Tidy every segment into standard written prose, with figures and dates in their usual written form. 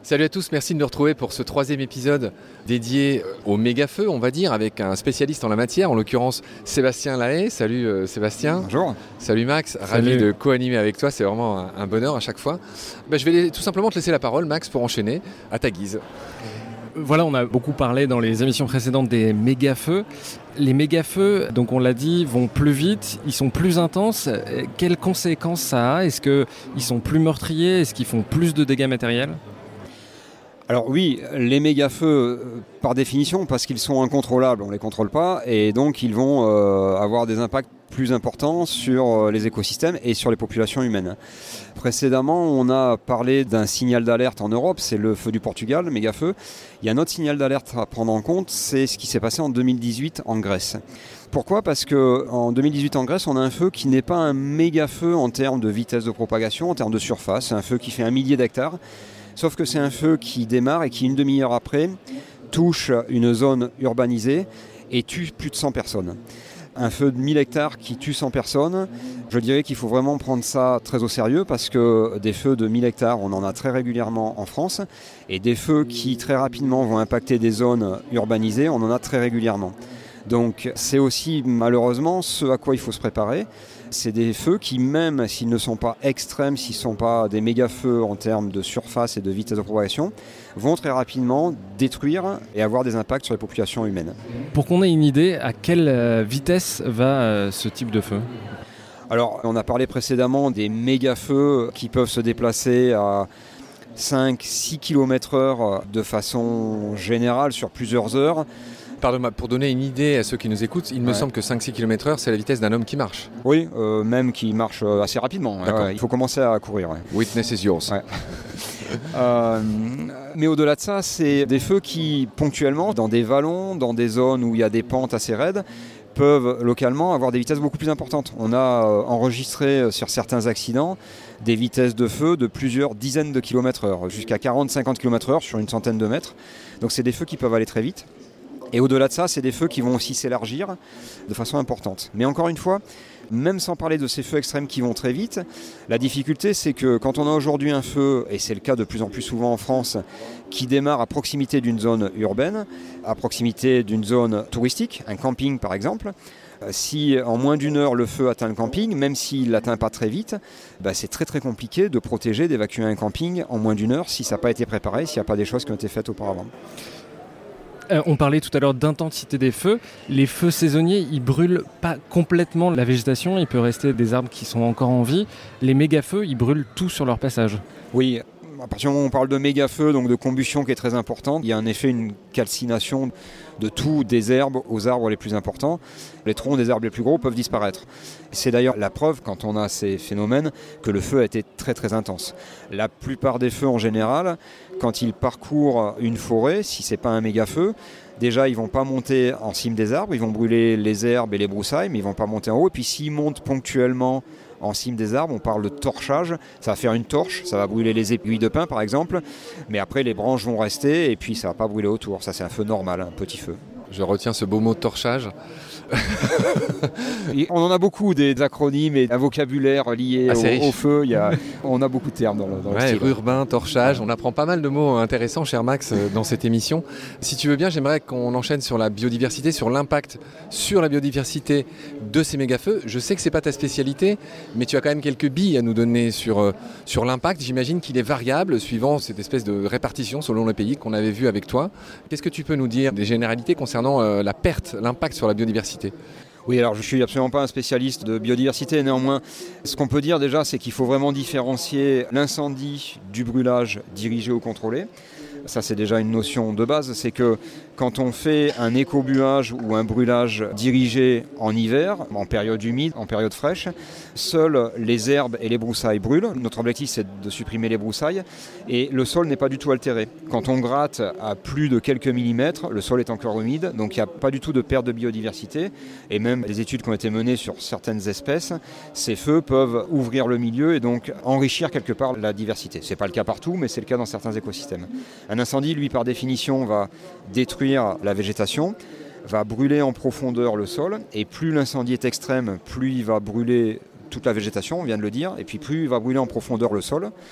Salut à tous, merci de nous retrouver pour ce 3e épisode dédié au méga-feu, on va dire, avec un spécialiste en la matière, en l'occurrence Sébastien Lahaye. Salut Sébastien. Bonjour. Salut Max, ravi de co-animer avec toi, c'est vraiment un bonheur à chaque fois. Je vais tout simplement te laisser la parole, Max, pour enchaîner à ta guise. Voilà, on a beaucoup parlé dans les émissions précédentes des méga-feux. Les méga-feux, donc on l'a dit, vont plus vite, ils sont plus intenses. Quelles conséquences ça a ? Est-ce qu'ils sont plus meurtriers ? Est-ce qu'ils font plus de dégâts matériels ? Alors oui, les méga-feux, par définition, parce qu'ils sont incontrôlables, on ne les contrôle pas, et donc ils vont avoir des impacts plus importants sur les écosystèmes et sur les populations humaines. Précédemment, on a parlé d'un signal d'alerte en Europe, c'est le feu du Portugal, le méga-feu. Il y a un autre signal d'alerte à prendre en compte, c'est ce qui s'est passé en 2018 en Grèce. Pourquoi ? Parce qu'en 2018 en Grèce, on a un feu qui n'est pas un méga-feu en termes de vitesse de propagation, en termes de surface, c'est un feu qui fait 1 millier d'hectares. Sauf que c'est un feu qui démarre et qui, une demi-heure après, touche une zone urbanisée et tue plus de 100 personnes. Un feu de 1000 hectares qui tue 100 personnes, je dirais qu'il faut vraiment prendre ça très au sérieux parce que des feux de 1000 hectares, on en a très régulièrement en France. Et des feux qui très rapidement vont impacter des zones urbanisées, on en a très régulièrement. Donc c'est aussi malheureusement ce à quoi il faut se préparer. C'est des feux qui, même s'ils ne sont pas extrêmes, s'ils ne sont pas des méga-feux en termes de surface et de vitesse de propagation, vont très rapidement détruire et avoir des impacts sur les populations humaines. Pour qu'on ait une idée, à quelle vitesse va ce type de feu ? Alors, on a parlé précédemment des méga-feux qui peuvent se déplacer à 5-6 km/h de façon générale sur plusieurs heures. Pardon, pour donner une idée à ceux qui nous écoutent, il me semble que 5-6 km/h, c'est la vitesse d'un homme qui marche. Oui, même qui marche assez rapidement. Il faut commencer à courir. Ouais. Witness is yours. Ouais. Mais au-delà de ça, c'est des feux qui, ponctuellement, dans des vallons, dans des zones où il y a des pentes assez raides, peuvent localement avoir des vitesses beaucoup plus importantes. On a enregistré sur certains accidents des vitesses de feu de plusieurs dizaines de km/h, jusqu'à 40-50 km/h sur une centaine de mètres. Donc c'est des feux qui peuvent aller très vite. Et au-delà de ça, c'est des feux qui vont aussi s'élargir de façon importante. Mais encore une fois, même sans parler de ces feux extrêmes qui vont très vite, la difficulté, c'est que quand on a aujourd'hui un feu, et c'est le cas de plus en plus souvent en France, qui démarre à proximité d'une zone urbaine, à proximité d'une zone touristique, un camping par exemple, si en moins d'une heure le feu atteint le camping, même s'il ne l'atteint pas très vite, c'est très compliqué de protéger, d'évacuer un camping en moins d'une heure si ça n'a pas été préparé, s'il n'y a pas des choses qui ont été faites auparavant. On parlait tout à l'heure d'intensité des feux. Les feux saisonniers, ils brûlent pas complètement la végétation. Il peut rester des arbres qui sont encore en vie. Les méga-feux, ils brûlent tout sur leur passage. Oui, à partir du moment où on parle de méga-feux, donc de combustion qui est très importante, il y a en effet une calcination de tout, des herbes aux arbres les plus importants. Les troncs des arbres les plus gros peuvent disparaître. C'est d'ailleurs la preuve, quand on a ces phénomènes, que le feu a été très intense. La plupart des feux en général, quand ils parcourent une forêt, si ce n'est pas un méga-feu, déjà ils ne vont pas monter en cime des arbres, ils vont brûler les herbes et les broussailles, mais ils ne vont pas monter en haut. Et puis s'ils montent ponctuellement en cime des arbres, on parle de torchage, ça va faire une torche, ça va brûler les aiguilles de pin par exemple, mais après les branches vont rester et puis ça ne va pas brûler autour. Ça c'est un feu normal, un petit feu. Je retiens ce beau mot torchage. On en a beaucoup des acronymes et un vocabulaire lié au feu. On a beaucoup de termes dans le style. Urbain, torchage, on apprend pas mal de mots intéressants, cher Max, dans cette émission. Si tu veux bien, j'aimerais qu'on enchaîne sur la biodiversité, sur l'impact sur la biodiversité de ces méga-feux. Je sais que c'est pas ta spécialité, mais tu as quand même quelques billes à nous donner sur l'impact. J'imagine qu'il est variable suivant cette espèce de répartition selon le pays qu'on avait vu avec toi. Qu'est-ce que tu peux nous dire des généralités concernant la perte, l'impact sur la biodiversité ? Oui, alors je ne suis absolument pas un spécialiste de biodiversité, néanmoins, ce qu'on peut dire déjà, c'est qu'il faut vraiment différencier l'incendie du brûlage dirigé ou contrôlé. Ça, c'est déjà une notion de base, c'est que quand on fait un écobuage ou un brûlage dirigé en hiver, en période humide, en période fraîche, seules les herbes et les broussailles brûlent. Notre objectif, c'est de supprimer les broussailles et le sol n'est pas du tout altéré. Quand on gratte à plus de quelques millimètres, le sol est encore humide, donc il n'y a pas du tout de perte de biodiversité. Et même des études qui ont été menées sur certaines espèces, ces feux peuvent ouvrir le milieu et donc enrichir quelque part la diversité. Ce n'est pas le cas partout, mais c'est le cas dans certains écosystèmes. Un incendie, lui, par définition, va détruire la végétation, va brûler en profondeur le sol, et plus l'incendie est extrême, plus il va brûler toute la végétation, on vient de le dire, et puis plus il va brûler en profondeur le sol.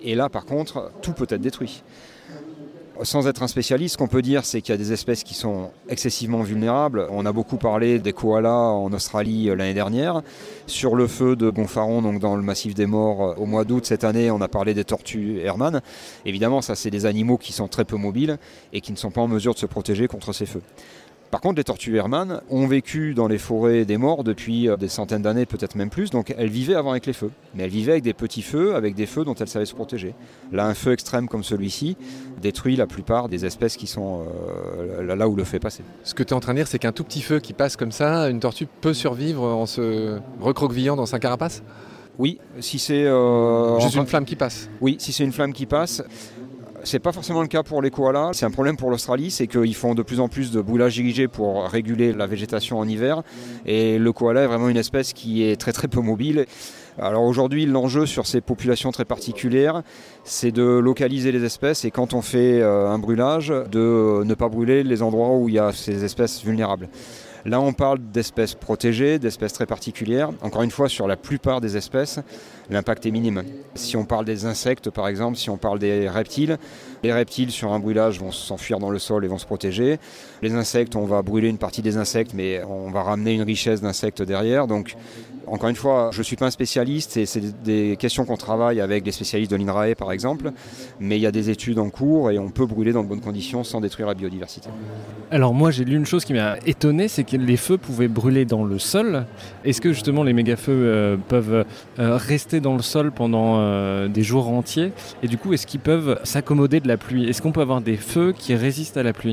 Et là, par contre, tout peut être détruit. Sans être un spécialiste, ce qu'on peut dire, c'est qu'il y a des espèces qui sont excessivement vulnérables. On a beaucoup parlé des koalas en Australie l'année dernière. Sur le feu de Gonfaron, donc dans le massif des Morts, au mois d'août cette année, on a parlé des tortues Hermann. Évidemment, ça, c'est des animaux qui sont très peu mobiles et qui ne sont pas en mesure de se protéger contre ces feux. Par contre, les tortues Hermann ont vécu dans les forêts des morts depuis des centaines d'années, peut-être même plus. Donc elles vivaient avant avec les feux. Mais elles vivaient avec des petits feux, avec des feux dont elles savaient se protéger. Là, un feu extrême comme celui-ci détruit la plupart des espèces qui sont là où le feu est passé. Ce que tu es en train de dire, c'est qu'un tout petit feu qui passe comme ça, une tortue peut survivre en se recroquevillant dans sa carapace ? Oui, si c'est... Juste une flamme qui passe ? Oui, si c'est une flamme qui passe... C'est pas forcément le cas pour les koalas. C'est un problème pour l'Australie, c'est qu'ils font de plus en plus de brûlage dirigé pour réguler la végétation en hiver. Et le koala est vraiment une espèce qui est très très peu mobile. Alors aujourd'hui, l'enjeu sur ces populations très particulières, c'est de localiser les espèces et quand on fait un brûlage, de ne pas brûler les endroits où il y a ces espèces vulnérables. Là, on parle d'espèces protégées, d'espèces très particulières. Encore une fois, sur la plupart des espèces, l'impact est minime. Si on parle des insectes, par exemple, si on parle des reptiles, les reptiles, sur un brûlage, vont s'enfuir dans le sol et vont se protéger. Les insectes, on va brûler une partie des insectes, mais on va ramener une richesse d'insectes derrière. Donc, encore une fois, je ne suis pas un spécialiste et c'est des questions qu'on travaille avec les spécialistes de l'INRAE, par exemple. Mais il y a des études en cours et on peut brûler dans de bonnes conditions sans détruire la biodiversité. Alors moi, j'ai lu une chose qui m'a étonné, c'est que les feux pouvaient brûler dans le sol. Est-ce que justement les méga-feux peuvent rester dans le sol pendant des jours entiers ? Et du coup, est-ce qu'ils peuvent s'accommoder de la pluie ? Est-ce qu'on peut avoir des feux qui résistent à la pluie ?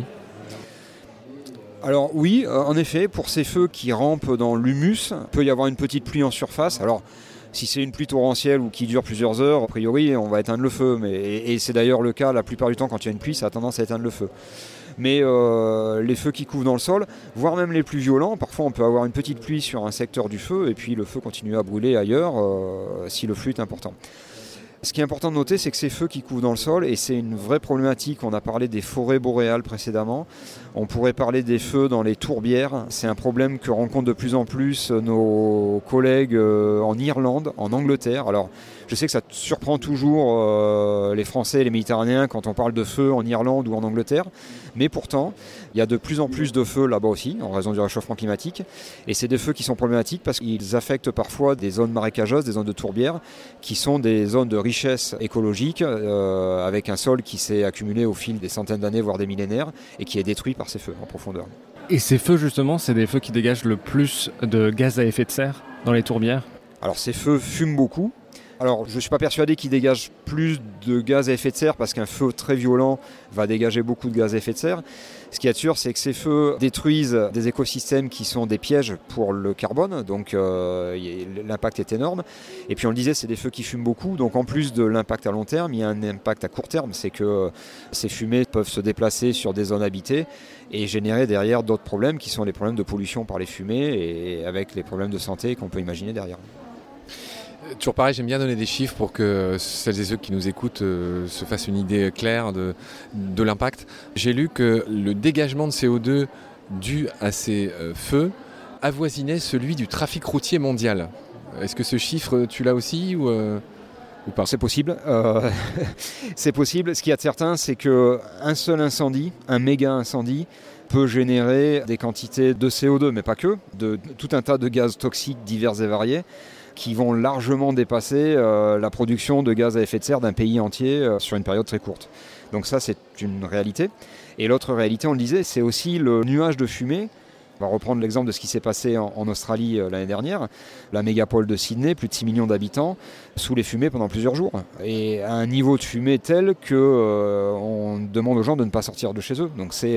Alors oui, en effet, pour ces feux qui rampent dans l'humus, il peut y avoir une petite pluie en surface. Alors si c'est une pluie torrentielle ou qui dure plusieurs heures, a priori on va éteindre le feu. Et c'est d'ailleurs le cas la plupart du temps quand il y a une pluie, ça a tendance à éteindre le feu. Mais les feux qui couvrent dans le sol, voire même les plus violents, parfois on peut avoir une petite pluie sur un secteur du feu et puis le feu continue à brûler ailleurs si le flux est important. Ce qui est important de noter, c'est que ces feux qui couvrent dans le sol, et c'est une vraie problématique, on a parlé des forêts boréales précédemment, on pourrait parler des feux dans les tourbières, c'est un problème que rencontrent de plus en plus nos collègues en Irlande, en Angleterre. Alors je sais que ça surprend toujours les Français et les Méditerranéens quand on parle de feux en Irlande ou en Angleterre, mais pourtant il y a de plus en plus de feux là-bas aussi, en raison du réchauffement climatique, et c'est des feux qui sont problématiques parce qu'ils affectent parfois des zones marécageuses, des zones de tourbières, qui sont des zones de richesse écologique, avec un sol qui s'est accumulé au fil des centaines d'années, voire des millénaires, et qui est détruit par ces feux en profondeur. Et ces feux justement, c'est des feux qui dégagent le plus de gaz à effet de serre dans les tourbières ? Alors ces feux fument beaucoup. Alors je ne suis pas persuadé qu'ils dégagent plus de gaz à effet de serre parce qu'un feu très violent va dégager beaucoup de gaz à effet de serre. Ce qui est sûr, c'est que ces feux détruisent des écosystèmes qui sont des pièges pour le carbone, donc l'impact est énorme. Et puis on le disait, c'est des feux qui fument beaucoup, donc en plus de l'impact à long terme, il y a un impact à court terme, c'est que ces fumées peuvent se déplacer sur des zones habitées et générer derrière d'autres problèmes qui sont les problèmes de pollution par les fumées et avec les problèmes de santé qu'on peut imaginer derrière. Toujours pareil, j'aime bien donner des chiffres pour que celles et ceux qui nous écoutent se fassent une idée claire de l'impact. J'ai lu que le dégagement de CO2 dû à ces feux avoisinait celui du trafic routier mondial. Est-ce que ce chiffre, tu l'as aussi ou pas ? C'est possible. C'est possible. Ce qu'il y a de certain, c'est qu'un seul incendie, un méga incendie, peut générer des quantités de CO2, mais pas que, de tout un tas de gaz toxiques divers et variés, qui vont largement dépasser la production de gaz à effet de serre d'un pays entier sur une période très courte. Donc ça, c'est une réalité. Et l'autre réalité, on le disait, c'est aussi le nuage de fumée. On va reprendre l'exemple de ce qui s'est passé en Australie l'année dernière. La mégapole de Sydney, plus de 6 millions d'habitants, sous les fumées pendant plusieurs jours. Et à un niveau de fumée tel qu'on demande aux gens de ne pas sortir de chez eux. Donc c'est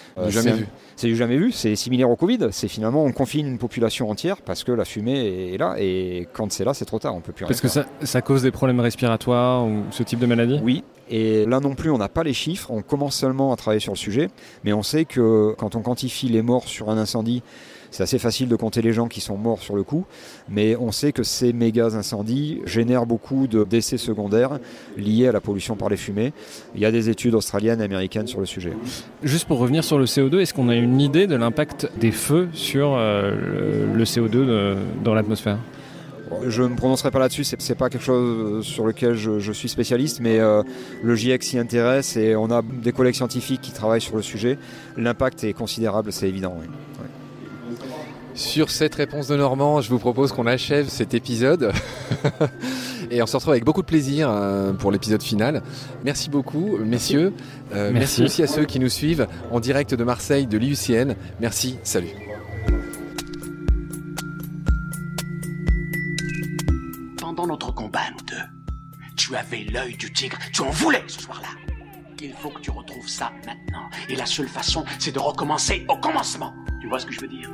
du jamais vu. C'est similaire au Covid. C'est finalement, on confine une population entière parce que la fumée est là. Et quand c'est là, c'est trop tard. On peut plus rien faire. Parce que ça cause des problèmes respiratoires ou ce type de maladie ? Oui. Et là non plus, on n'a pas les chiffres, on commence seulement à travailler sur le sujet, mais on sait que quand on quantifie les morts sur un incendie, c'est assez facile de compter les gens qui sont morts sur le coup, mais on sait que ces méga incendies génèrent beaucoup de décès secondaires liés à la pollution par les fumées. Il y a des études australiennes et américaines sur le sujet. Juste pour revenir sur le CO2, est-ce qu'on a une idée de l'impact des feux sur le CO2 dans l'atmosphère ? Je ne me prononcerai pas là-dessus, c'est pas quelque chose sur lequel je suis spécialiste, mais le GIEC s'y intéresse et on a des collègues scientifiques qui travaillent sur le sujet. L'impact est considérable, c'est évident. Oui. Ouais. Sur cette réponse de Normand, je vous propose qu'on achève cet épisode et on se retrouve avec beaucoup de plaisir pour l'épisode final. Merci beaucoup, messieurs. Merci aussi à ceux qui nous suivent en direct de Marseille, de l'IUCN. Merci, salut. Pendant notre combat, nous deux, tu avais l'œil du tigre, tu en voulais ce soir-là. Il faut que tu retrouves ça maintenant. Et la seule façon, c'est de recommencer au commencement. Tu vois ce que je veux dire ?